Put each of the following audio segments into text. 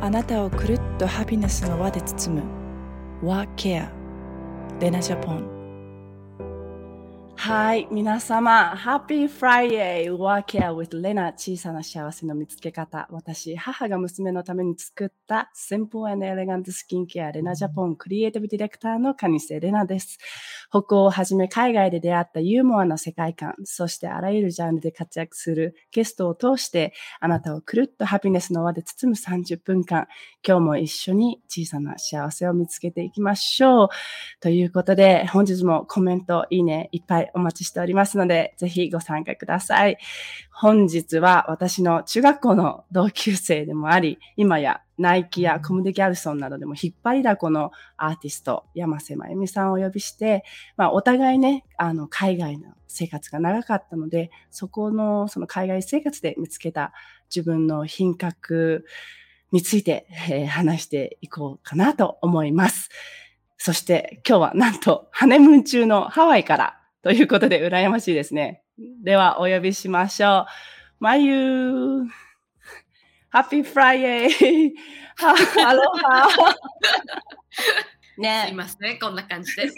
あなたをくるっとハピネスの輪で包む What Care レナジャポン。はい、皆様、Happy Friday! What Care with レナ、小さな幸せの見つけ方。私、母が娘のために作った Simple and Elegant スキンケアレナジャポンクリエイティブディレクターの蟹瀬レナです。北欧をはじめ海外で出会ったユーモアな世界観、そしてあらゆるジャンルで活躍するゲストを通して、あなたをくるっとハピネスの輪で包む30分間、今日も一緒に小さな幸せを見つけていきましょう。ということで、本日もコメント、いいね、いっぱいお待ちしておりますので、ぜひご参加ください。本日は私の中学校の同級生でもあり、今やナイキやコムデ・ギャルソンなどでも引っ張りだこのアーティスト、山瀬まゆみさんをお呼びして、お互いね、海外の生活が長かったので、その海外生活で見つけた自分の品格について、話していこうかなと思います。そして今日はなんとハネムーン中のハワイからということで羨ましいですね。ではお呼びしましょう。まゆハッピーフライデーアロハね、すいません、こんな感じです。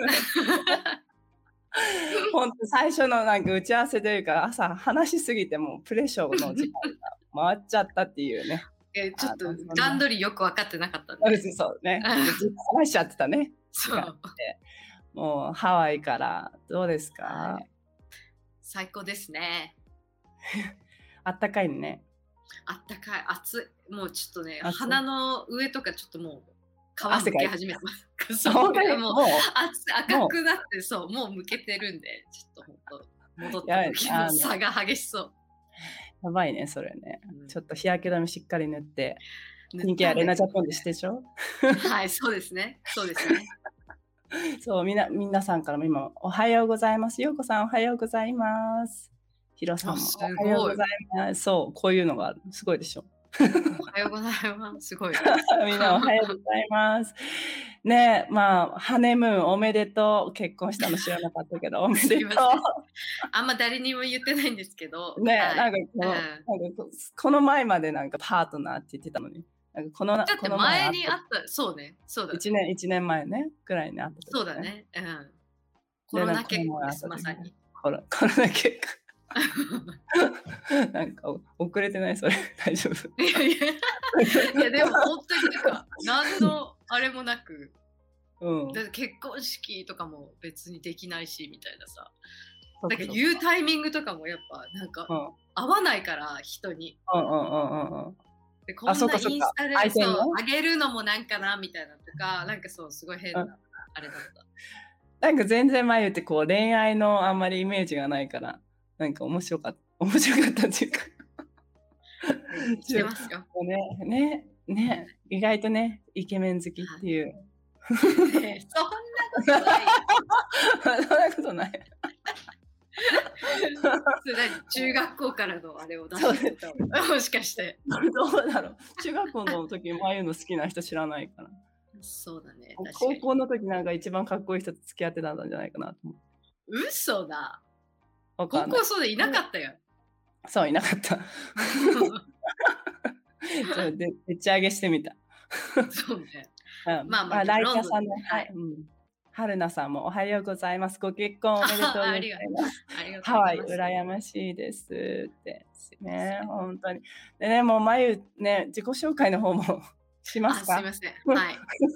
本当最初のなんか打ち合わせというか朝話しすぎてもプレッシャーの時間が回っちゃったっていうね。 ちょっと段取りよく分かってなかったんで。そうね。ずっと話しちゃってたね。 そう。 もうハワイからどうですか？はい、 最高ですね。 あったかいね。 あったかい、暑い。もうちょっとね、鼻の上とかちょっともう皮むけ始めてます。そう、もう赤くなって、そう、もうむけてるんで、ちょっと本当戻った時の差が激しそう。 やばいね、それね。ちょっと日焼け止めしっかり塗って、人気はレナジャポンでしてでしょ？ はい、そうですね。そうですね。 そう、皆さんからも今、おはようございます。ようこさん、おはようございます。ヒロさんも、おはようございます。そう、こういうのがある。すごいでしょ。 おはようございます。すごい。 みんなおはようございます。ね、ハネムーンおめでとう。結婚したの知らなかったけど、おめでとう。 あんま誰にも言ってないんですけど。 ね、なんかこの前までなんかパートナーって言ってたのに。 だって前にあった、そうね、そうだ。 1年前ね、くらいにあった時、 ね。そうだね。うん。コロナ結婚です、まさに。 コロナ結婚。なんか遅れてないそれ大丈夫？ いやでも本当になんか何のあれもなく、だって結婚式とかも別にできないしみたいなさ。なんか言うタイミングとかもやっぱなんか合わないから人に。でこんなインスタで上げるのもなんかなみたいなとか、なんかそうすごい変なあれだった。 なんか全然前言ってこう恋愛のあんまりイメージがないから。なんか面白かったっていうかしてますよ。 ね、意外とね、イケメン好きっていう。 そんなことない。 そんなことない。 中学校からのあれを出してたもしかして。 どうだろう。中学校の時、まゆの好きな人知らないから。 そうだね。 高校の時なんか一番かっこいい人と付き合ってたんじゃないかなと思って。 嘘だ。高校そうでいなかったよ。 そう、いなかった。でち上げしてみた。 そうね。 ライカさんの、春菜さんもおはようございます。ご結婚おめでとうございます。ハワイ羨ましいですってね、本当に。でね、もうまゆね、自己紹介の方もしますか？ すいません。はい。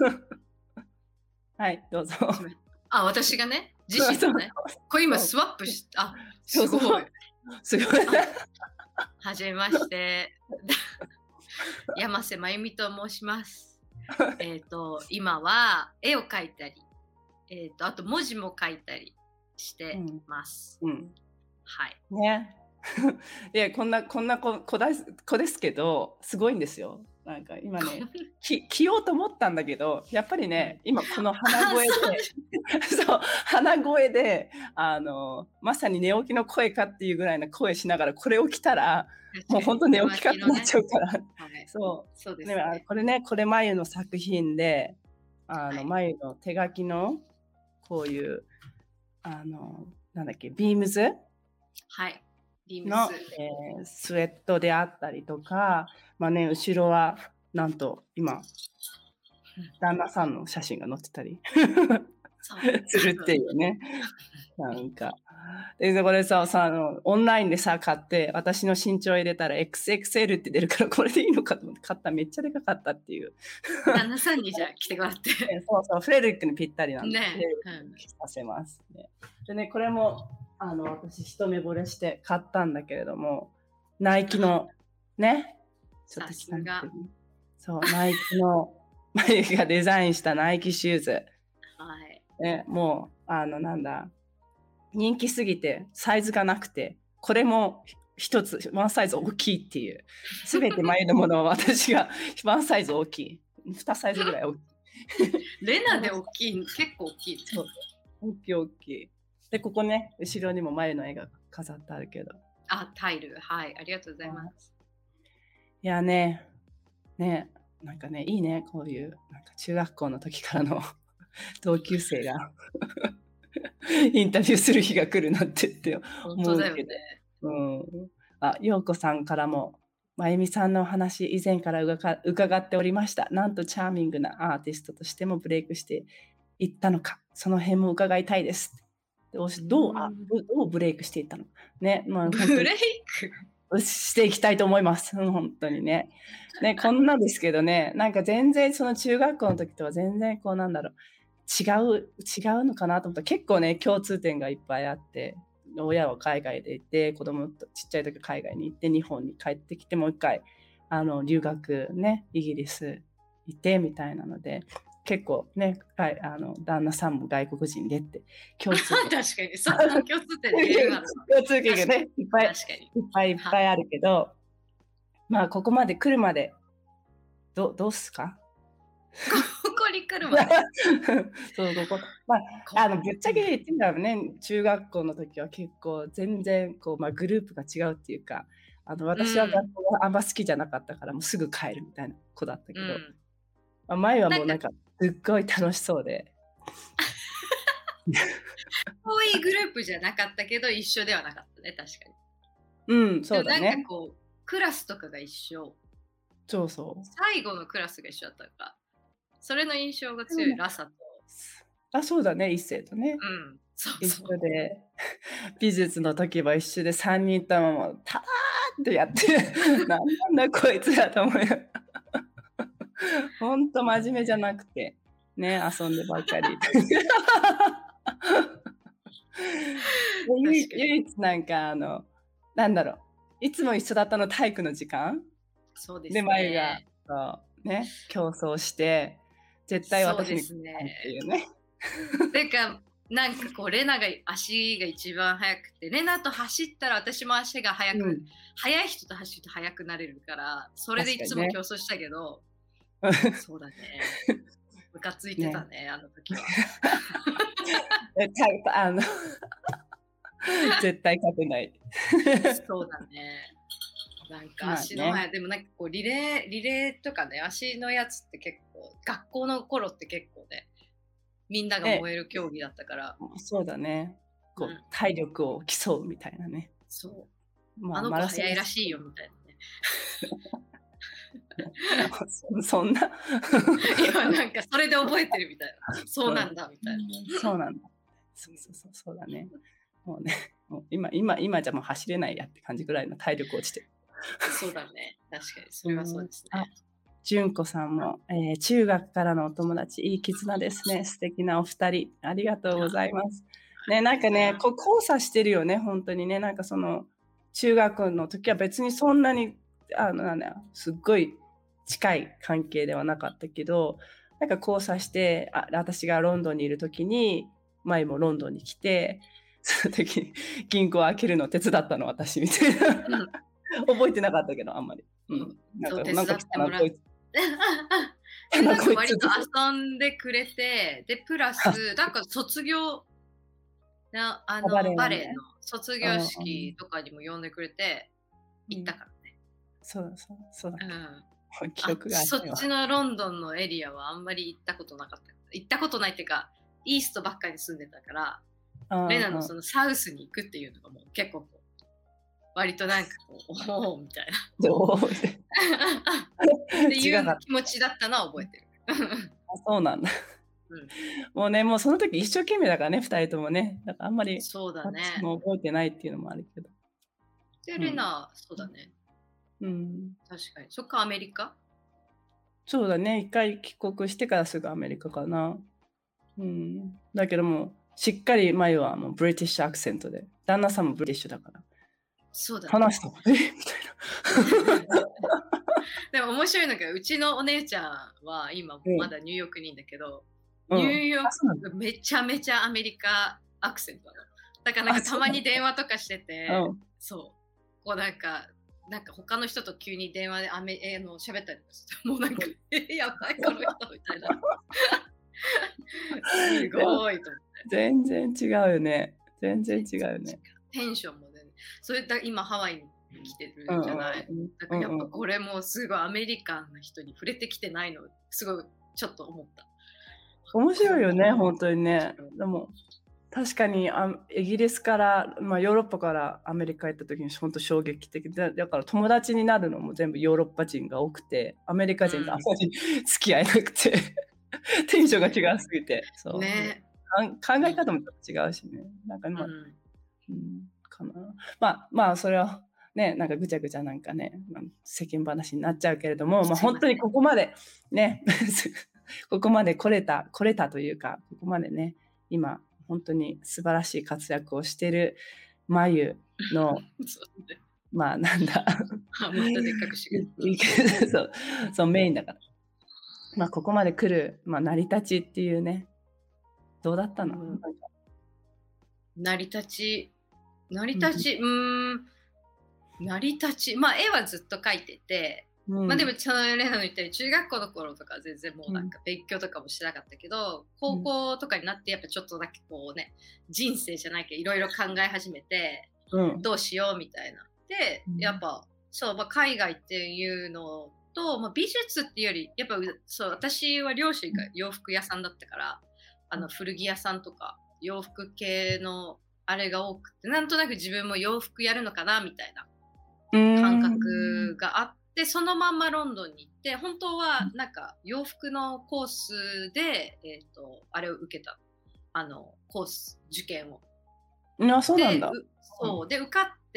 はい、どうぞ。 私がね、自身のね、これ今スワップし、すごい。 すごい。 はじめまして。山瀬まゆみと申します。今は絵を描いたり、あと文字も書いたりしてます。はい。 ね。いや、こんな子ですけど、すごいんですよ。なんか今ね、着ようと思ったんだけど、やっぱりね、今この鼻声で、そう、鼻声で、まさに寝起きの声かっていうぐらいの声しながら、これを着たら、もう本当寝起きかってなっちゃうから。そうですね。これまゆの作品で、まゆの手書きの、こういう、なんだっけ、ビームズの、スウェットであったりとか、後ろはなんと今旦那さんの写真が載ってたりするっていうね。なんか。で、これさ、オンラインでさ、買って、私の身長入れたら XXL って出るから、これでいいのかと思って買ったらめっちゃでかかったっていう。 旦那さんにじゃあ来てもらって。 そうそう、フレデリックにぴったりなんで、 ね、 着させます、ね。でね、これも、私一目惚れして買ったんだけれども、ナイキの、ね、ちょっと下にそう、ナイキの、眉毛がデザインしたナイキシューズ。 はい。 ね、もう、なんだ、人気すぎてサイズがなくて、これも一つ、ワンサイズ大きいっていう。すべて眉のものは私がワンサイズ大きい。2サイズぐらい大きい。 レナで大きい、結構大きい。 そう。大きい大きい。で、ここね、後ろにも眉の絵が飾ってあるけど。 あ、タイル。はい、ありがとうございます。 いやね、なんかね、いいね、こういう、なんか中学校の時からの同級生がインタビューする日が来るなって思うけど。 本当だよね。 陽子さんからも、まゆみさんの話、以前から伺っておりました。なんとチャーミングなアーティストとしてもブレイクしていったのか、その辺も伺いたいです。どうブレイクしていったのか。ね、 ブレイクしていきたいと思います。本当にね。こんなんですけどね、なんか全然その中学校の時とは全然こうなんだろう、違うのかなと思ったら結構ね、共通点がいっぱいあって、親は海外でいて、子供とちっちゃい時海外に行って、日本に帰ってきてもう一回留学ね、イギリス行ってみたいなので、結構ね、旦那さんも外国人でって共通点確かにそんな共通点共通点がねいっぱいあるけど、まあここまで来るまでどうすか？ ここに来るまでそうここ、まあぶっちゃけ言ってんだろうね、中学校の時は結構全然こう、グループが違うっていうか、私は学校があんま好きじゃなかったからもうすぐ帰るみたいな子だったけど、前はもうなんかすっごい楽しそうで遠いグループじゃなかったけど一緒ではなかったね、確かに。そうだね。 なんかこうクラスとかが一緒。 そうそう。 最後のクラスが一緒だったから、それの印象が強いラサと。そうだね、一世とね。一緒で、美術の時は一緒で3人ともたーってやって、なんだこいつだと思うよ。ほんと真面目じゃなくて、ね、遊んでばっかり。唯一なんかなんだろう、いつも一緒だったの体育の時間。 そうですね。 で、眉がね、競争して、絶対私にっていうね。 てか、なんかこう、レナが足が一番速くて、レナと走ったら私も足が速い人と走ると速くなれるから、それでいつも競争したけど、そうだね。ムカついてたね、あの時は。 絶対勝てない。 そうだね。なんか足の速い、でもなんかこうリレーとかね、足のやつって結構、学校の頃って結構ね、みんなが燃える競技だったから。 そうだね。こう体力を競うみたいなね。 そう。あの子速いらしいよみたいなね。 そんな。 今なんかそれで覚えてるみたいな。そうなんだみたいな。 そうなんだ。そうだね。もうね、今じゃもう走れないやって感じぐらいの体力落ちてる。 そうだね。確かにそれはそうですね。 純子さんも、中学からのお友達、いい絆ですね。素敵なお二人、ありがとうございます。ね、なんかね、交差してるよね、本当にね。なんかその中学の時は別にそんなにすっごい近い関係ではなかったけど、なんか交差して、私がロンドンにいる時に、前もロンドンに来て、その時に銀行開けるの手伝ったの私みたいな。覚えてなかったけど、あんまり。 なんか手伝ってもらって。なんか割と遊んでくれて、で、プラス、なんか卒業、バレエの卒業式とかにも呼んでくれて、行ったからね。 そうだ。 記憶がそっちのロンドンのエリアはあんまり行ったことなかった。行ったことないっていうか、イーストばっかり住んでたから、レナのそのサウスに行くっていうのがもう結構割となんかこうおおみたいなでおーっていう気持ちだったのは覚えてる。 あ、そうなんだ。もうね、もうその時一生懸命だからね、2人ともね。だからあんまりそうだね。 私も覚えてないっていうのもあるけど。 で、レナ、そうだね。 うん。 確かに。そっか、アメリカ？ そうだね。一回帰国してからすぐアメリカかな。うん。だけども、しっかり前はもうブリティッシュアクセントで、旦那さんもブリティッシュだから。 そうだね。 話したみたいな。 でも面白いのが、うちのお姉ちゃんは今まだニューヨークにいるんだけけど、ニューヨークめちゃめちゃアメリカアクセントなの。だからなんかたまに電話とかしてて、そうこうなんか他の人と急に電話で喋ったりとかして、もうなんかやばいこの人みたいな。すごいと思って。 全然違うよね。全然違うよね。 テンションもね。それだ今ハワイに来てるじゃない。だからやっぱこれもすごいアメリカンな人に触れてきてないのすごいちょっと思った。 面白いよね、本当にね。でも確かにイギリスから、まあ、ヨーロッパからアメリカ行った時に本当衝撃的で、だから友達になるのも全部ヨーロッパ人が多くて、アメリカ人とあんまり付き合えなくて、テンションが違うすぎて、そう、ね、考え方も違うしね。なんかまあ、かな。まあそれはね、なんかぐちゃぐちゃなんかね、世間話になっちゃうけれども、まあ本当にここまでね、ここまで来れたというか、ここまでね、今本当に素晴らしい活躍をしているまゆのまあなんだそうメインだから、まあここまで来る、まあ、成り立ちっていうね、どうだったの？ 成り立ち、まあ絵はずっと描いてて、まあでもそのレナの言ったように中学校の頃とか全然もうなんか勉強とかもしてなかったけど、高校とかになってやっぱちょっとだけこうね、人生じゃないけどいろいろ考え始めて、どうしようみたいな。で、やっぱそう、まあ、海外っていうのと、まあ、美術っていうよりやっぱそう、私は両親が洋服屋さんだったから、古着屋さんとか洋服系のあれが多くて、なんとなく自分も洋服やるのかなみたいな感覚があって、そのまんまロンドンに行って、本当はなんか洋服のコースで、あれを受けたコース受験を。 そうなんだ。 そうで受かって、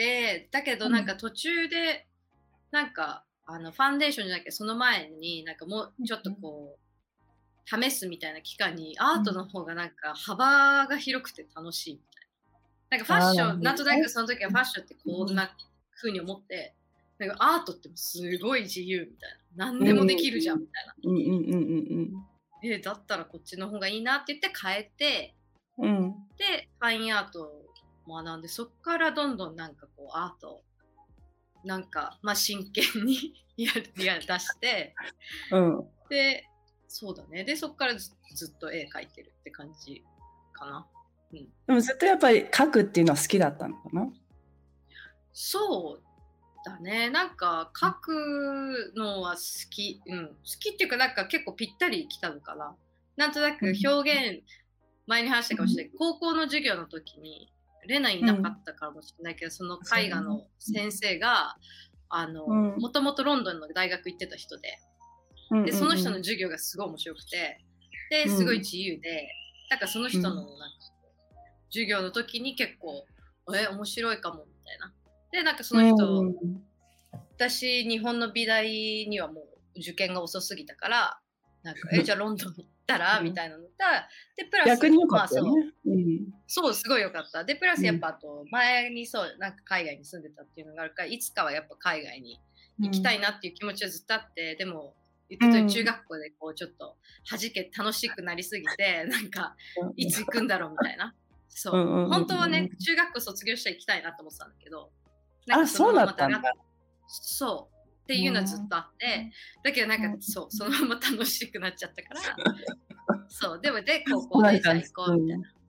だけどなんか途中でなんかファンデーションじゃなきゃその前になんかもうちょっとこう試すみたいな期間にアートの方がなんか幅が広くて楽しいみたいな。なんかファッション、なんとなくその時はファッションってこんな風に思って、なんかアートってすごい自由みたいな。何でもできるじゃんみたいな。だったらこっちの方がいいなって言って変えて、で、ファインアートを学んで、そっからどんどんなんかこうアートなんか、まあ、真剣に出して、で、そうだね。で、そこからずっと絵描いてるって感じかな。 でもずっとやっぱり描くっていうのは好きだったのかな？ そうだね。なんか描くのは好き。好きっていうかなんか結構ぴったりきたのかな。なんとなく表現、前に話したかもしれない。高校の授業の時に、レナいなかったかもしれないけど、その絵画の先生がもともとロンドンの大学行ってた人で、その人の授業がすごい面白くて、ですごい自由で、なんかその人のなんか授業の時に結構面白いかもみたいな。でなんかその人、私日本の美大にはもう受験が遅すぎたからなんかじゃあロンドンに行ったらみたいなのが、でプラス逆に良かったよね。 そうすごい良かった。でプラスやっぱあと前にそうなんか海外に住んでたっていうのがあるから、いつかはやっぱ海外に行きたいなっていう気持ちはずっとあって、でも言ってたように中学校でこうちょっと楽しくなりすぎてなんかいつ行くんだろうみたいな。そう本当はね中学校卒業したら行きたいなと思ってたんだけど、なんかそうだったんだ。 そうっていうのはずっとあって、だけどなんかそのまま楽しくなっちゃったからそうでも高校でじゃあ行こうみたいな。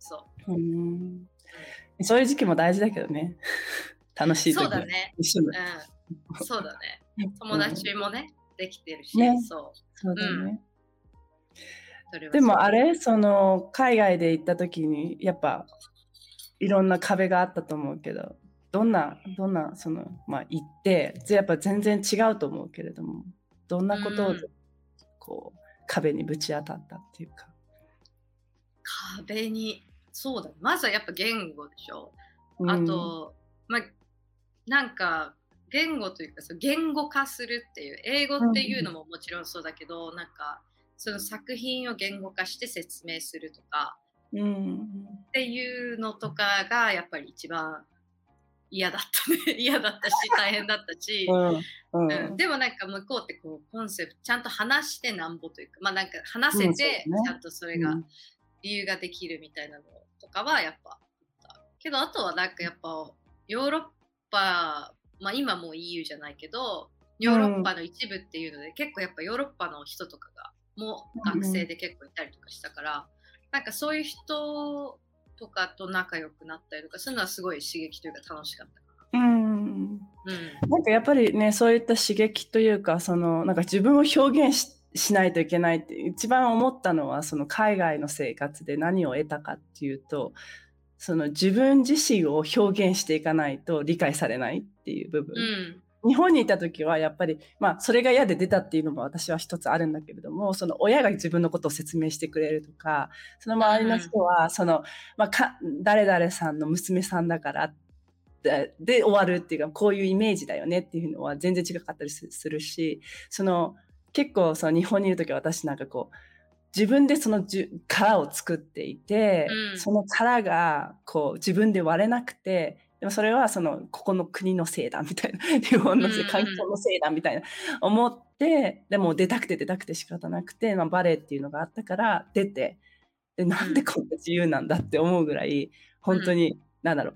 そういう時期も大事だけどね。楽しい時。 そうだね。そうだね。友達もねできてるし、 そうだね。でもあれその海外で行った時にやっぱいろんな壁があったと思うけど、 どんなその、まあ、行ってやっぱ全然違うと思うけれども、どんなことをこう壁にぶち当たったっていうか。 壁に、そうだ、まずはやっぱ言語でしょ。あと、まあ、なんか言語というか言語化するっていう、英語っていうのももちろんそうだけど、なんかその作品を言語化して説明するとか、っていうのとかがやっぱり一番嫌だったね。嫌だったし大変だったし、でもなんか向こうってこうコンセプトちゃんと話してなんぼというか、まあなんか話せてちゃんとそれが理由ができるみたいなのとかはやっぱあったけど、あとはなんかやっぱヨーロッパ、まあ今もう EU じゃないけどヨーロッパの一部っていうので、結構やっぱヨーロッパの人とかがもう学生で結構いたりとかしたから、なんかそういう人とかと仲良くなったりとかするのはすごい刺激というか楽しかったかな。 なんかやっぱりね、そういった刺激というか、そのなんか自分を表現しないといけないって一番思ったのは、その海外の生活で何を得たかっていうと、その自分自身を表現していかないと理解されないっていう部分。日本にいた時はやっぱり、まあそれが嫌で出たっていうのも私は一つあるんだけれども、その親が自分のことを説明してくれるとか、その周りの人はその、まあ、誰々さんの娘さんだからで終わるっていうか、こういうイメージだよねっていうのは全然違かったりするし、その結構その日本にいる時は私なんかこう自分でその殻を作っていて、その殻がこう自分で割れなくて、でもそれはそのここの国のせいだみたいな、日本の環境のせいだみたいな思って、でも出たくて仕方なくて、まあ、バレエっていうのがあったから出て、でなんでこんな自由なんだって思うぐらい本当に、なんだろう、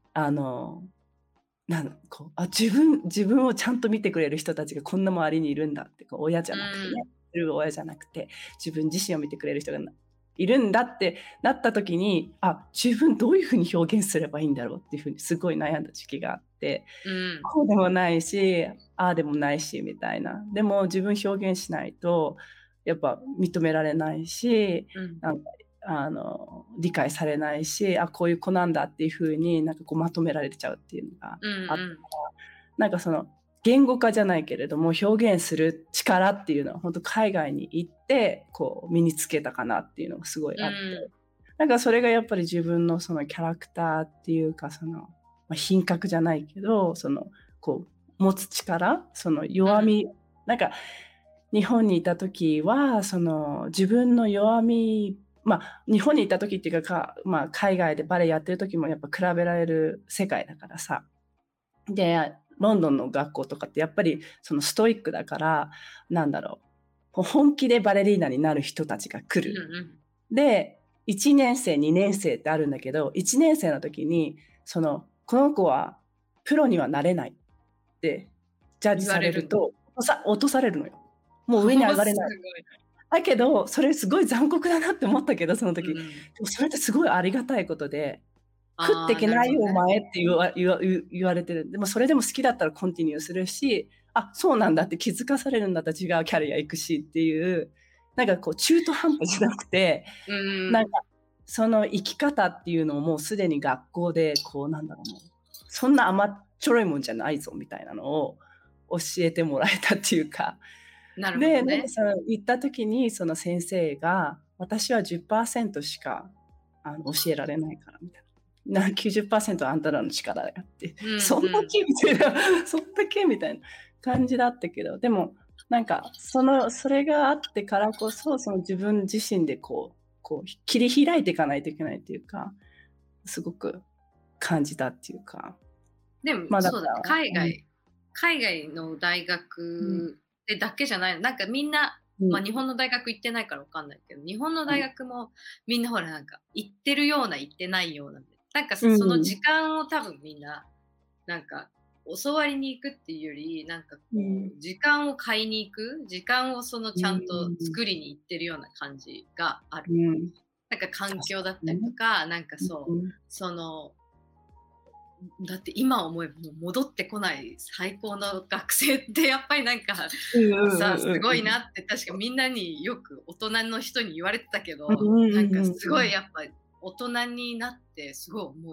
こう自分をちゃんと見てくれる人たちがこんな周りにいるんだって、こう親じゃなくてね、親じゃなくて自分自身を見てくれる人がいるんだってなった時に、自分どういうふうに表現すればいいんだろうっていうふうにすごい悩んだ時期があって、こうでもないしああでもないしみたいな。でも自分表現しないとやっぱ認められないし、なんか理解されないし、こういう子なんだっていう風になんかこうまとめられちゃうっていうのがあったから、なんかその言語化じゃないけれども表現する力っていうのは本当海外に行ってこう身につけたかなっていうのがすごいあって、なんかそれがやっぱり自分のそのキャラクターっていうか、その、品格じゃないけど、そのこう持つ力、その弱み、なんか日本にいた時はその自分の弱み、日本にいた時っていうか、海外でバレエやってる時もやっぱ比べられる世界だからさ。で、ロンドンの学校とかってやっぱりそのストイックだから、なんだろう、本気でバレリーナになる人たちが来る。で、1年生、2年生ってあるんだけど、1年生の時に、この子はプロにはなれないってジャッジされると、落とされるのよ。もう上に上がれない。だけどそれすごい残酷だなって思ったけど、その時、でもそれってすごいありがたいことで、食ってけないよお前って言われてる。でもそれでも好きだったらコンティニューするし、そうなんだって気づかされるんだったら違うキャリア行くしっていう、なんかこう中途半端じゃなくて、なんかその生き方っていうのをもうすでに学校でこう、なんだろう、もうそんな甘っちょろいもんじゃないぞみたいなのを教えてもらえたっていうか。 なるほどね。 で、なんか行った時にその先生が、私は 10% しか教えられないからみたいな。90% はあんたらの力だよって。そんだけみたいな、そんだけみたいな感じだったけど、でもなんかそれがあってからこそ、その自分自身でこう切り開いていかないといけないっていうか、すごく感じたっていうか。 でも、そうだね、海外の大学でだけじゃない、なんかみんな、日本の大学行ってないから分かんないけど、日本の大学もみんなほらなんか行ってるような行ってないような、なんかその時間を多分みんななんか教わりに行くっていうより、なんかこう時間を買いに行く、時間をそのちゃんと作りに行ってるような感じがある。なんか環境だったりとか、なんかそのだって今思えばもう戻ってこない最高の学生ってやっぱりなんかさ、すごいなって確かみんなによく大人の人に言われてたけど、なんかすごいやっぱ大人になってすごい思うよね。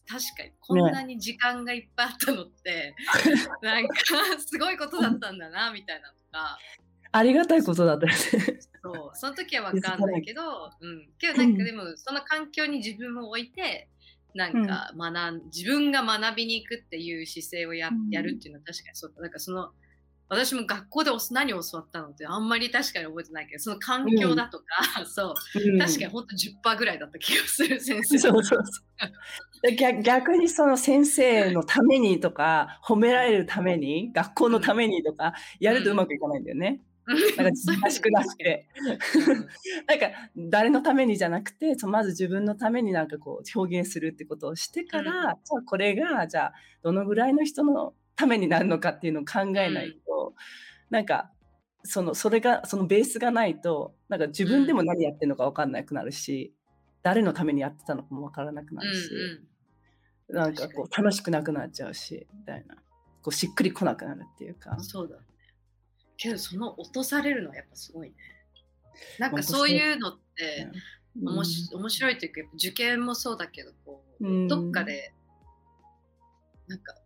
確かにこんなに時間がいっぱいあったのって、なんかすごいことだったんだなみたいなのがありがたいことだったよね。 そう、その時は分かんないけど、けどなんかでもその環境に自分を置いて、なんか自分が学びに行くっていう姿勢をやるっていうのは確かにそうだ。なんか私も学校で何を教わったのってあんまり確かに覚えてないけど、その環境だとか、そう、確かにほんと 10% ぐらいだった気がする、先生。 そう逆にその先生のためにとか、褒められるために、学校のためにとか、やるとうまくいかないんだよね。なんか自分しくなくて。なんか誰のためにじゃなくて、まず自分のためになんかこう表現するってことをしてから、じゃあこれが、じゃあどのぐらいの人のためになるのかっていうのを考えないと、なんかそのベースがないと、なんか自分でも何やってるのか分かんなくなるし、誰のためにやってたのかも分からなくなるし、なんかこう楽しくなくなっちゃうし、みたいな。こうしっくりこなくなるっていうか。 そうだね。けどその落とされるのはやっぱすごいね。なんかそういうのって面白いというか、やっぱ受験もそうだけど、こうどっかでなんか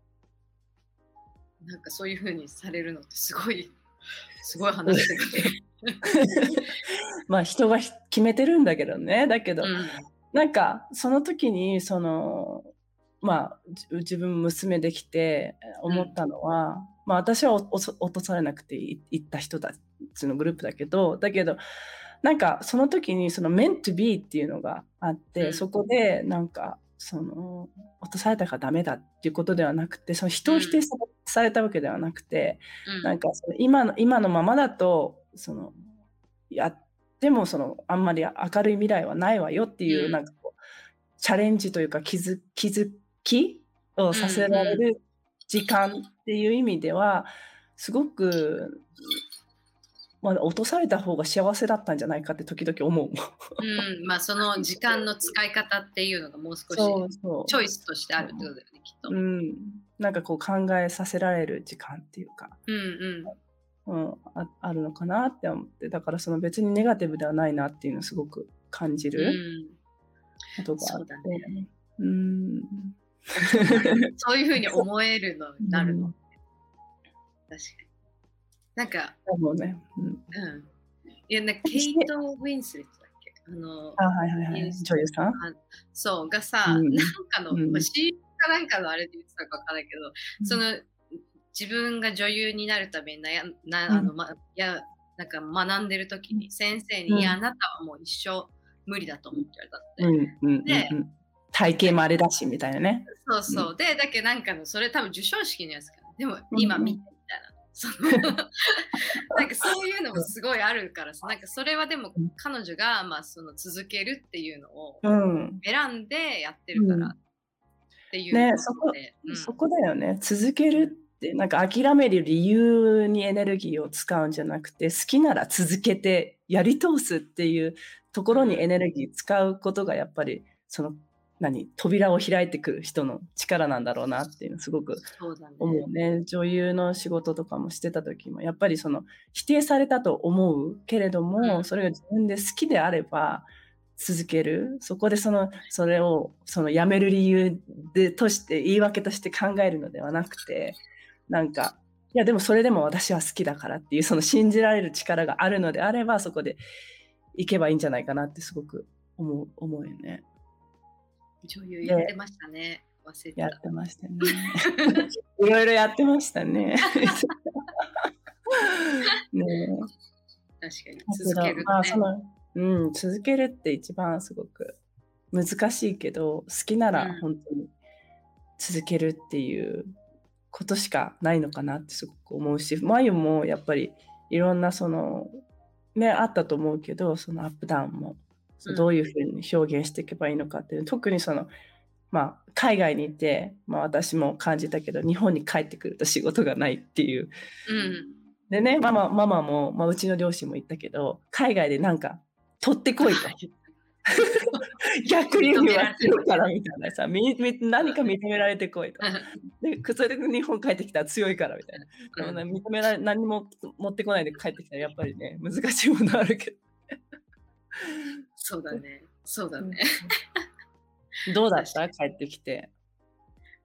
そういう風にされるのってすごい話だよね。 まあ人が決めてるんだけどね。だけど、なんかその時にまあ自分娘できて思ったのは、まあ私は落とされなくて行った人たちのグループだけどなんかその時にmeant to be っていうのがあって、そこでなんか落とされたからダメだっていうことではなくて、人を否定されたわけではなくて、なんか今のままだとやってもあんまり明るい未来はないわよっていう、なんかこうチャレンジというか気づきをさせられる時間っていう意味ではすごく、まあ、落とされた方が幸せだったんじゃないかって時々思う。 まあその時間の使い方っていうのがもう少しチョイスとしてあるってことだよね、きっと。 なんかこう考えさせられる時間っていうか、あるのかなって思って、だから別にネガティブではないなっていうのをすごく感じることがあって。 そういうふうに思えるのになるの。確かに。なんか、いや、なんかケイト・ウィンスレットだっけ？ 女優さんそう、がさ、なんかの、CM かなんかのあれで言ってたかわかんないけど、自分が女優になるためになんか学んでる時に先生に、いや、あなたはもう一生無理だと思って言われたって。で、 体型もあれだしみたいなね。 そう。で、だけどなんかそれ多分授賞式のやつかな。でも今見てみたいな。なんかそういうのもすごいあるからさ、なんかそれはでも彼女が続けるっていうのを選んでやってるからっていうね、そこだよね。続けるってなんか諦める理由にエネルギーを使うんじゃなくて、好きなら続けてやり通すっていうところにエネルギー使うことがやっぱり扉を開いてくる人の力なんだろうなっていうのすごく思うね。女優の仕事とかもしてた時もやっぱり否定されたと思うけれども、それが自分で好きであれば続ける。そこでそれをやめる理由として言い訳として考えるのではなくて、なんかいやでもそれでも私は好きだからっていう信じられる力があるのであればそこで行けばいいんじゃないかなってすごく思うよね。 女優やってましたね。忘れてた。 やってましたね。いろいろやってましたね。 確かに続けるね。 続けるって一番すごく難しいけど、好きなら本当に続けるっていうことしかないのかなってすごく思うし、まゆもやっぱりいろんなあったと思うけど、アップダウンもどういうふうに表現していけばいいのかっていう、特に海外にいて、私も感じたけど日本に帰ってくると仕事がないっていう、でね、ママも、うちの両親も言ったけど、海外でなんか取ってこいと逆輸入はするからみたいなさ、何か認められてこいと。でそれで日本帰ってきたら強いからみたいな。何も持ってこないで帰ってきたらやっぱりね、難しいものあるけど。 そうだね。 どうだった？帰ってきて。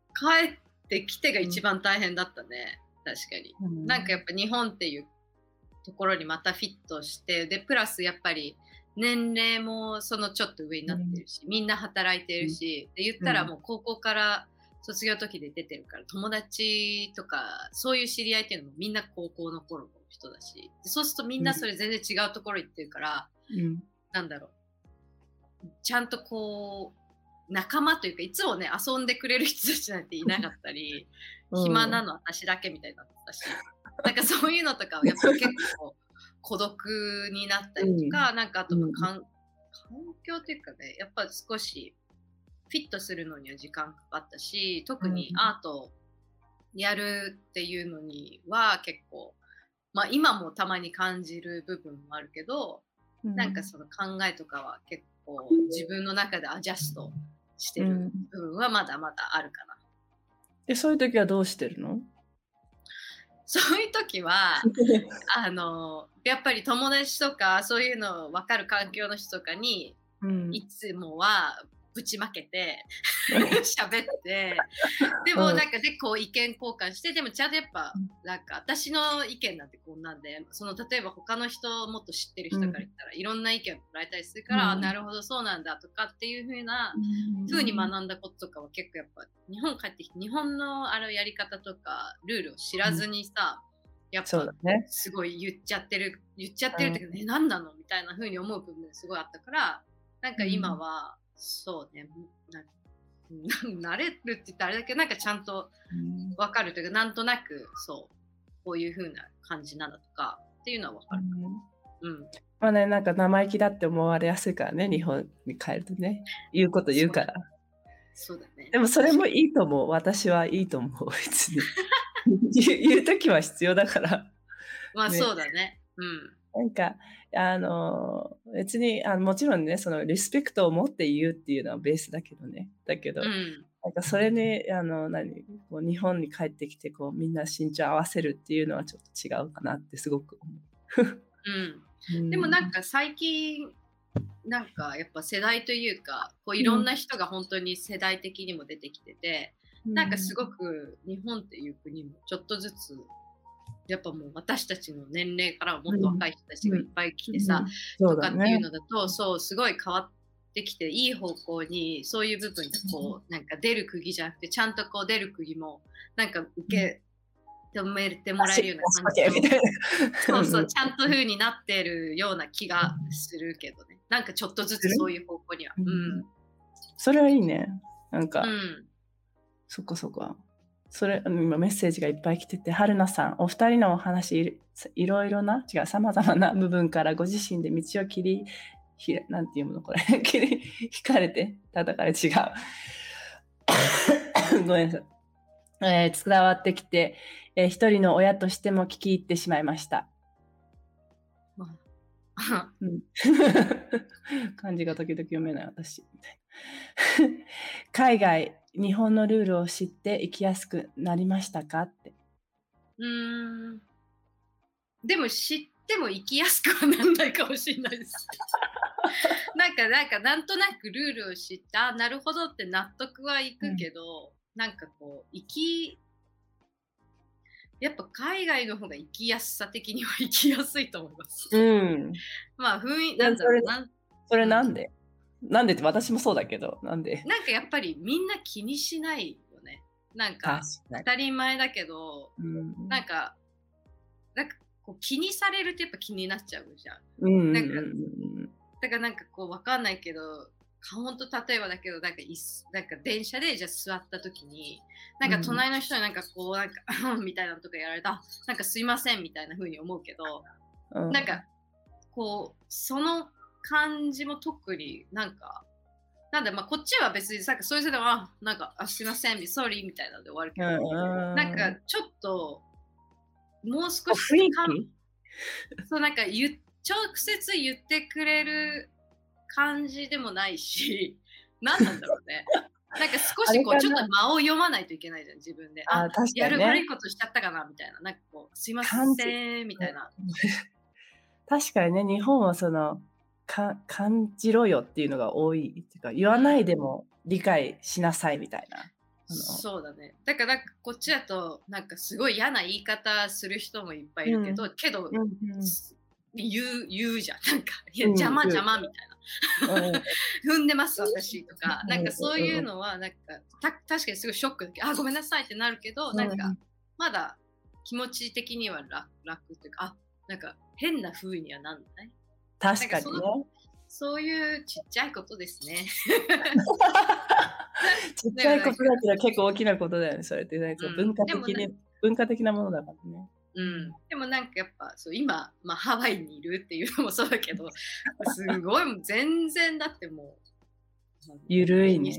帰ってきてが一番大変だったね、確かに。なんかやっぱ日本っていうところにまたフィットして、でプラスやっぱり年齢もそのちょっと上になってるし、みんな働いてるし、で言ったらもう高校から卒業時で出てるから、友達とかそういう知り合いっていうのもみんな高校の頃の人だし、でそうするとみんなそれ全然違うところ行ってるから、なんだろう、ちゃんとこう仲間というか、いつもね遊んでくれる人たちなんていなかったり暇なの私だけみたいになったし、なんかそういうのとかはやっぱ結構孤独になったりとか、なんかあと環境というかね、やっぱ少しフィットするのには時間かかったし、特にアートやるっていうのには結構、まあ今もたまに感じる部分もあるけど、なんかその考えとかは結構自分の中でアジャストしてる部分はまだまだあるかな。 で、そういう時はどうしてるの？ そういう時はやっぱり友達とかそういうの分かる環境の人とかに、いつもはぶちまけて喋ってでもなんかでこう意見交換して、でもちゃんとやっぱなんか私の意見なんてこんなんで、その例えば他の人もっと知ってる人から言ったらいろんな意見をもらえたりするから、なるほどそうなんだとかっていう風に学んだこととかは結構やっぱ日本帰ってきて日本のやり方とかルールを知らずにさ、やっぱすごい言っちゃってるっていうかね、何なのみたいな風に思う部分すごいあったから、なんか今はそうね、慣れるって言ったらあれだけど、なんかちゃんと分かるというか、なんとなくそうこういう風な感じなんだとかっていうのは分かる。 まあね、なんか生意気だって思われやすいからね、日本に帰るとね、言うこと言うから。 そうだね。 でもそれもいいと思う。私はいいと思う。別に言うときは必要だから。 まあそうだね。 なんか別にもちろんね、そのリスペクトを持って言うっていうのはベースだけどね。だけど、なんかそれにこう日本に帰ってきてこうみんな身長合わせるっていうのはちょっと違うかなってすごく思う。 でもなんか最近なんかやっぱ世代というかこういろんな人が本当に世代的にも出てきてて、なんかすごく日本っていう国もちょっとずつやっぱもう私たちの年齢からはもっと若い人たちがいっぱい来てさ、とかっていうのだとそうすごい変わってきて、いい方向にそういう部分でこうなんか出る釘じゃなくてちゃんとこう出る釘もなんか受け止めてもらえるような感じそうそうちゃんと風になってるような気がするけどね、なんかちょっとずつそういう方向には、 それはいいね。なんか、そこそこ。それ今メッセージがいっぱい来てて、春菜さん、お二人のお話いろいろなさまざまな部分からご自身で道をなんていうのこれ引かれて叩かれ違うごめんなさい、伝わってきて、一人の親としても聞き入ってしまいました。漢字が時々読めない私みたいな海外日本のルールを知って生きやすくなりましたかって。 でも知っても生きやすくはならないかもしれないですなんとなくルールを知ったなるほどって納得はいくけど、なんかこうやっぱ海外の方が生きやすさ的には生きやすいと思います。まあ雰囲気なんだろうな。 それなんで？なんでって私もそうだけど、なんで？ なんかやっぱりみんな気にしないよね。なんか当たり前だけど、なんかこう気にされるとやっぱ気になっちゃうじゃん。だからなんかこうわかんないけど、ほんと例えばだけどなんか電車でじゃあ座った時になんか隣の人になんかこうなんかみたいなのとかやられたなんかすいませんみたいな風に思うけど、なんかこうその感じも特になんでまあこっちは別にさそういう人でもなんかすいませんソーリーみたいなので終わるけど、なんかちょっともう少しそうなんか直接言ってくれる感じでもないし、何なんだろうね。なんか少しこうちょっと間を読まないといけないじゃん自分で。やる悪いことしちゃったかなみたいな、なんかこうすいませんみたいな。 確かにね、日本はその感じろよっていうのが多いっていうか、言わないでも理解しなさいみたいな。 そうだね。だからこっちだとなんかすごい嫌な言い方する人もいっぱいいるけど、けど、言うじゃん。なんかいや邪魔みたいな。踏んでます私とか、なんかそういうのはなんか確かにすごいショックだけど、ごめんなさいってなるけど、なんかまだ気持ち的には楽っていうか、なんか変な風にはなんない。 確かにね。 そういうちっちゃいことですね。 ちっちゃいことだけど結構大きなことだよね、それって。文化的なものだからね。 でもなんかやっぱ今、ハワイにいるっていうのもそうだけど、すごい全然だってもうゆるいね。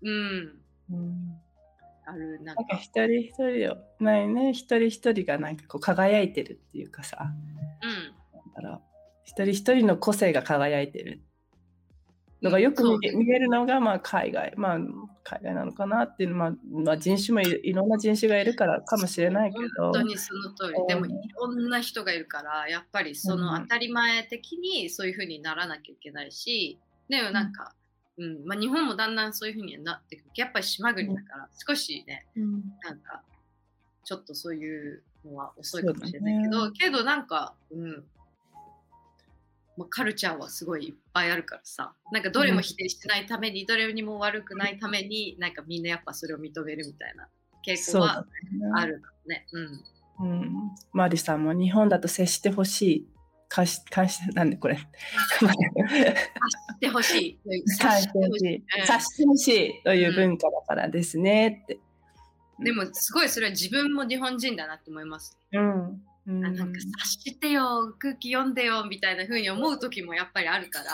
あるなんか一人一人よないね、一人一人がなんかこう輝いてるっていうかさ、だから一人一人の個性が輝いてるのがよく見えるのが海外なのかなっていうのは、人種もいろんな人種がいるからかもしれないけど、 本当にその通り。でもいろんな人がいるからやっぱりその当たり前的にそういう風にならなきゃいけないし、でもなんか、日本もだんだんそういう風になってくる。やっぱり島国だから少しね、なんかちょっとそういうのは遅いかもしれないけど、なんかカルチャーはすごいいっぱいあるからさ、なんかどれも否定してないために、どれにも悪くないために、なんかみんなやっぱそれを認めるみたいな傾向はあるからね。 マリさんも日本だと接してほしい。なんでこれ。察してほしい。 察してほしいという文化だからですねって。 でもすごいそれは自分も日本人だなって思います。なんか察してよ、空気読んでよみたいな風に思う時もやっぱりあるから。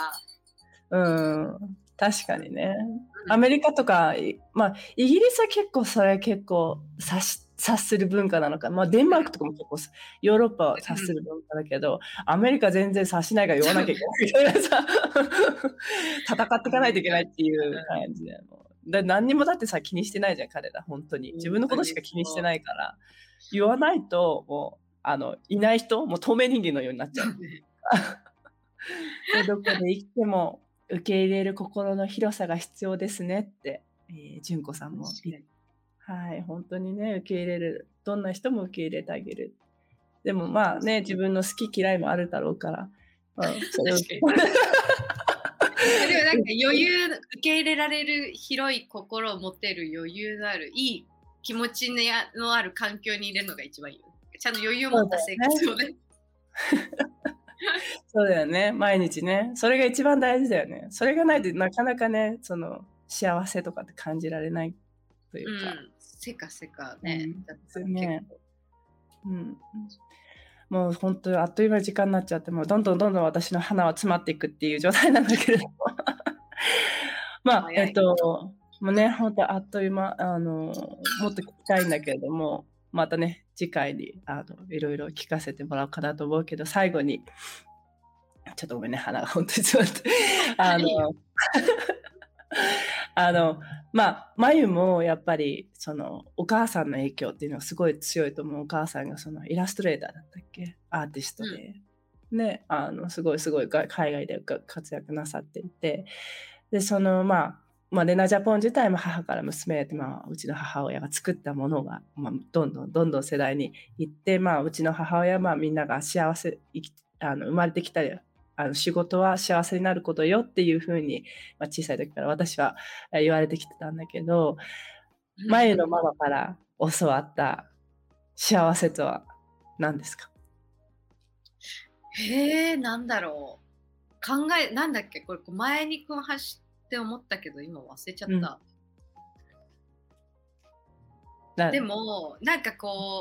確かにね。アメリカとか、イギリスは結構察する文化なのか。デンマークとかも結構ヨーロッパは察する文化だけど、アメリカ全然察しないから言わなきゃいけないみたいなさ、戦っていかないといけないっていう感じで。何にもだってさ、気にしてないじゃん、彼ら、本当に。自分のことしか気にしてないから、言わないと、もう、いない人、もう透明人間のようになっちゃう。どこで生きても受け入れる心の広さが必要ですねって、純子さんも本当にね、受け入れる。どんな人も受け入れてあげる。でも自分の好き嫌いもあるだろうから。それをでもなんか余裕、受け入れられる広い心を持てる余裕のあるいい気持ちのある環境に入れるのが一番いいよ。ちゃんと余裕を持った生活をね。 そうだよね。毎日ね。それが一番大事だよね。それがないとなかなかね、その幸せとかって感じられないというか。 せかね。 もう本当あっという間に時間になっちゃって、もうどんどん私の花は詰まっていくっていう状態なんだけれども。もうね、本当あっという間、もっと聞きたいんだけれども、またね、次回にいろいろ聞かせてもらおうかなと思うけど、最後に、ちょっとごめんね、鼻が本当に詰まって。まゆもやっぱりそのお母さんの影響っていうのはすごい強いと思う。お母さんがそのイラストレーターだったっけ、アーティストで、ね、すごい海外で活躍なさっていて、でそのレナジャポン自体も母から娘って、うちの母親が作ったものが、どんどん世代に行って、うちの母親はみんなが幸せ生まれてきた仕事は幸せになることよっていうふうに、小さい時から私は言われてきてたんだけど、まゆのママから教わった幸せとは何ですか？ なんだろう。なんだっけこれ前に走って思ったけど今忘れちゃった。でもなんか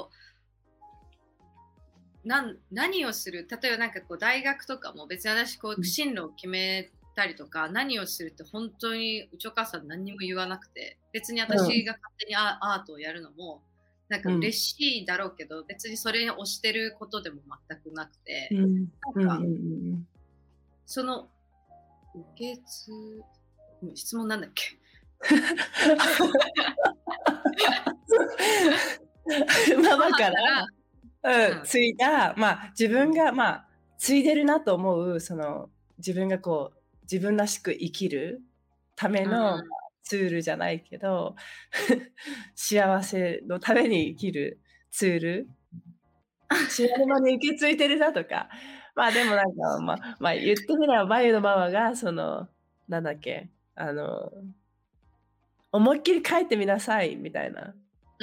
何をする、例えばなんか大学とかも別に私進路を決めたりとか、何をするって本当にうちお母さん何にも言わなくて、別に私が勝手にアートをやるのもなんか嬉しいだろうけど、別にそれに推してることでも全くなくて、なんかその質問なんだっけママから継いだ、自分が継いでるなと思う、その自分が自分らしく生きるためのツールじゃないけど幸せのために生きるツール幸せまで受け継いでるなとかまあでもなんかまあ言ってみればバユのママがそのなんだっけ思いっきり書いてみなさいみたいな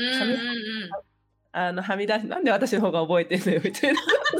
はみ出しなんで私の方が覚えてんのよみたいな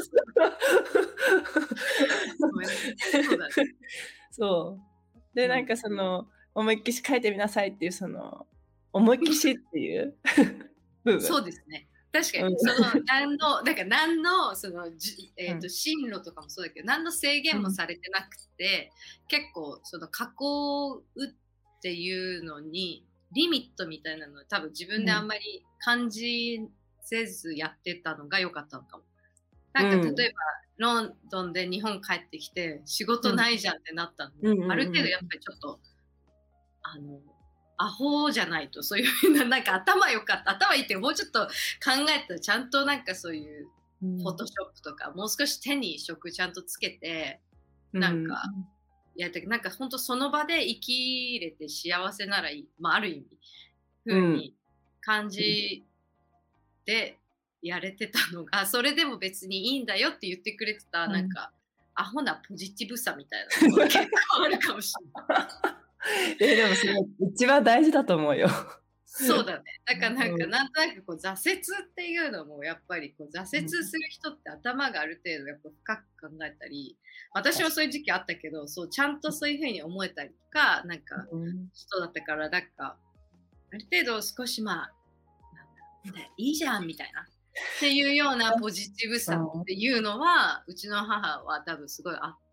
そうでなんかその思いっきし書いてみなさいっていうその思いっきしっていう部分そうですね確かに、その何のその進路とかもそうだけど何の制限もされてなくて、結構その囲うっていうのにリミットみたいなの多分自分であんまり感じせずやってたのが良かったのかも。なんか例えば、ロンドンで日本帰ってきて仕事ないじゃんってなったの、ある程度やっぱりちょっとアホじゃないとそういうふうななんか頭いいってもうちょっと考えたらちゃんとなんかそういうフォトショップとか、もう少し手に職ちゃんとつけてなんかやってなんか本当その場で生きれて幸せならいい、ある意味ふうに感じでやれてたのが、それでも別にいいんだよって言ってくれてた、なんかアホなポジティブさみたいなのが結構あるかもしれないでもそれ一番大事だと思うよ。 そうだね。だからなんとなくこう挫折っていうのもやっぱりこう挫折する人って頭がある程度やっぱ深く考えたり、私もそういう時期あったけど、そうちゃんとそういうふうに思えたりとかなんか人だったからなんかある程度少しいいじゃんみたいなっていうようなポジティブさっていうのはうちの母は多分すごいあって、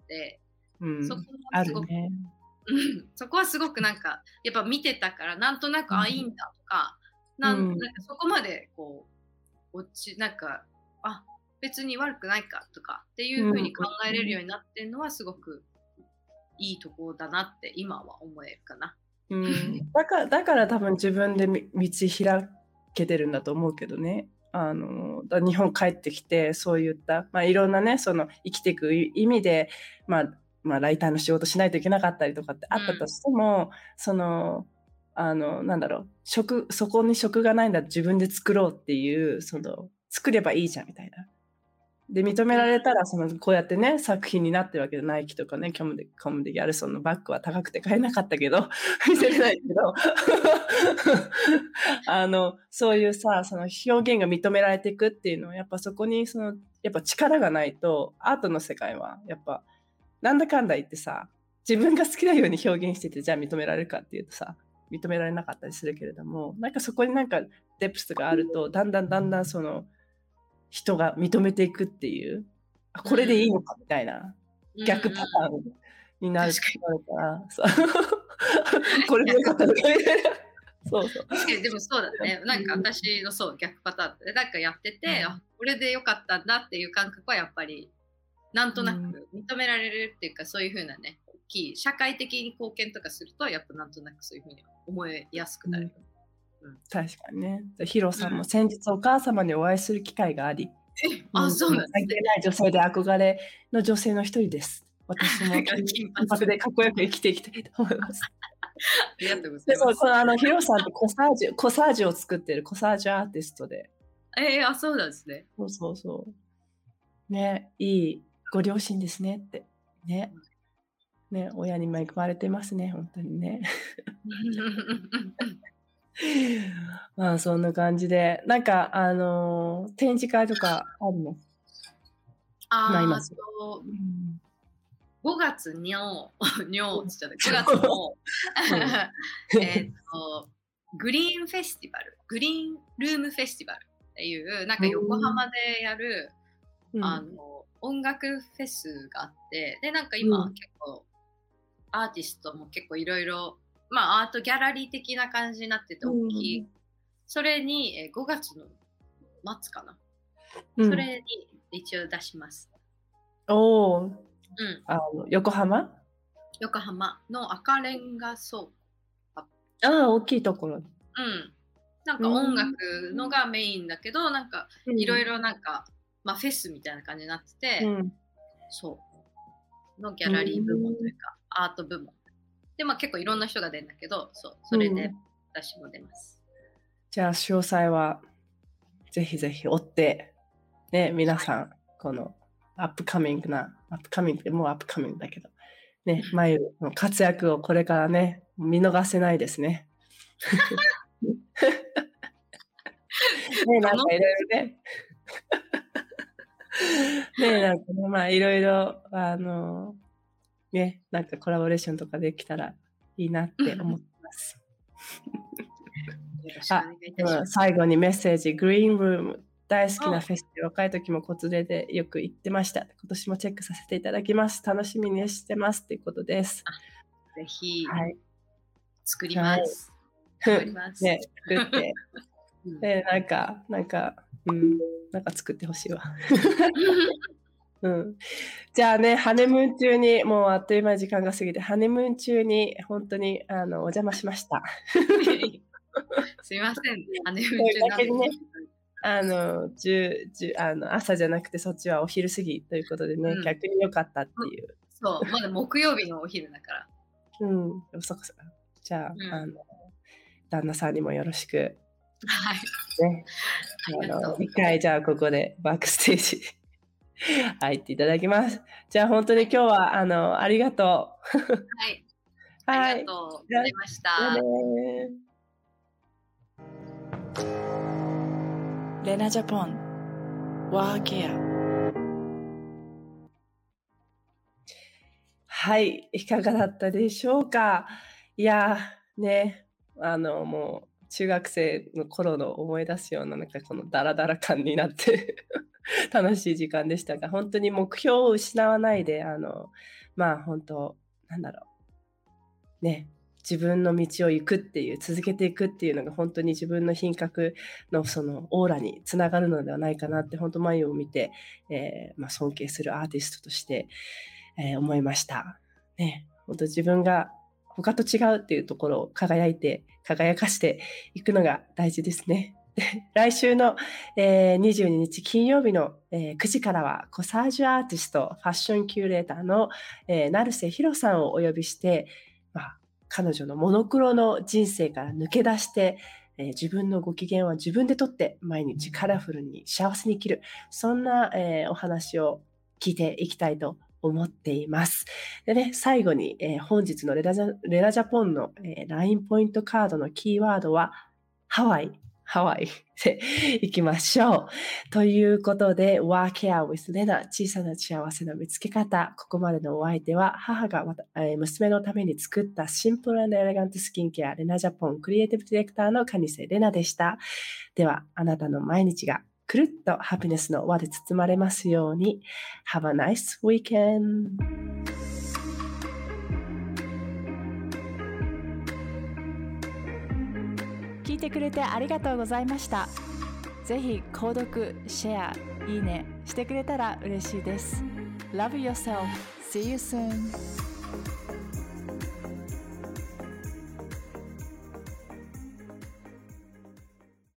そこはすごくそこはすごくなんかやっぱ見てたからなんとなくいいんだとか、なんかそこまでこうなんか別に悪くないかとかっていうふうに考えれるようになってるのはすごくいいところだなって今は思えるかな。 だから多分自分で道開けてるんだと思うけどね。日本帰ってきてそういった、いろんなねその生きていく意味でライターの仕事しないといけなかったりとかってあったとしても、そのなんだろうそこに職がないんだ自分で作ろうっていうその作ればいいじゃんみたいな。で認められたらこうやってね作品になってるわけでナイキとかねコムデギャルソンのバッグは高くて買えなかったけど見せれないけどそういうさその表現が認められていくっていうのはやっぱそこにやっぱ力がないとアートの世界はやっぱなんだかんだ言ってさ自分が好きなように表現しててじゃあ認められるかっていうとさ認められなかったりするけれども、なんかそこになんかデプスがあるとだんだんその人が認めていくっていうこれでいいのかみたいな逆パターンになるからこれでよかったのかみたいな確かにでもそうだね。なんか私の逆パターンでなんかやってて、これでよかったんだっていう感覚はやっぱりなんとなく認められるっていうか、そういう風なね大きい社会的に貢献とかするとやっぱなんとなくそういう風に思いやすくなる。 確かにね。ヒロさんも先日お母様にお会いする機会があり、 そうなんですね。 関係ない女性で憧れの女性の一人です。私も金髪でかっこよく生きていきたいと思います。 ありがとうございます。 ヒロさんってコサージュを作ってるコサージュアーティストで。 そうなんですね。 そうね、いいご両親ですねってね。ね、親に恵まれてますね、本当にね。そんな感じで、なんか展示会とかあるの 5月に5月のグリーンフェスティバル、グリーンルームフェスティバルっていうなんか横浜でやる音楽フェスがあって、でなんか今結構アーティストも結構いろいろアートギャラリー的な感じになってて大きい、それに5月の末かな、それに一応出します。 横浜の赤レンガ倉庫。 大きいところ。 なんか音楽のがメインだけど、なんかいろいろなんか、フェスみたいな感じになってて、そうのギャラリー部門というか、アート部門っで、結構いろんな人が出るんだけど、それで私も出ます。 じゃあ、詳細はぜひぜひ追って、ね、皆さん、このアップカミングってもうアップカミングだけど、ね、まゆの活躍をこれからね、見逃せないですね。ね、なんかいろいろね。ね、なんかね、いろいろ、ね、なんかコラボレーションとかできたらいいなって思ってます。最後にメッセージ、グリーンルーム、大好きなフェスで若い時も子連れでよく行ってました。今年もチェックさせていただきます。楽しみにしてますということです。 ぜひ、作ります。ね、作って。で、なんか作ってほしいわ。じゃあね、ハネムーン中に、もうあっという間に時間が過ぎて、ハネムーン中に本当にお邪魔しました。 すいません、ハネムーン中なんでね、朝じゃなくてそっちはお昼過ぎということでね、逆に良かったっていう。 そう、まだ木曜日のお昼だから。 じゃあ、旦那さんにもよろしく。 はい。 ね、一回じゃあここでバックステージ入っていただきます。じゃあ本当に今日はありがとう。 はい。ありがとうございました。 レナジャポンワーケア。はい、いかがだったでしょうか。いやね、もう中学生の頃の思い出すような、なんかこのダラダラ感になって楽しい時間でしたが、本当に目標を失わないで、本当ね、自分の道を行くっていう、続けていくっていうのが本当に自分の品格のそのオーラにつながるのではないかなって、本当眉を見て、尊敬するアーティストとして、思いました。ね、本当自分が他と違うっていうところを輝かしていくのが大事ですね。来週の、22日金曜日の、9時からはコサージュアーティスト、ファッションキュレーターの、成瀬博さんをお呼びして、彼女のモノクロの人生から抜け出して、自分のご機嫌は自分でとって毎日カラフルに幸せに生きる、そんな、お話を聞いていきたいと思っています。でね、最後に、本日のレナジャポンの、LINE ポイントカードのキーワードはハワイでいきましょう。ということで、Work Care with Lena 小さな幸せの見つけ方。ここまでのお相手は母が娘のために作ったシンプル&エレガントスキンケアレナジャポンクリエイティブディレクターの蟹瀬レナでした。では、あなたの毎日がくるっとハピネスの輪で包まれますように。Have a nice weekend! 聞いてくれてありがとうございました。ぜひ購読、シェア、いいねしてくれたら嬉しいです。Love yourself. See you soon.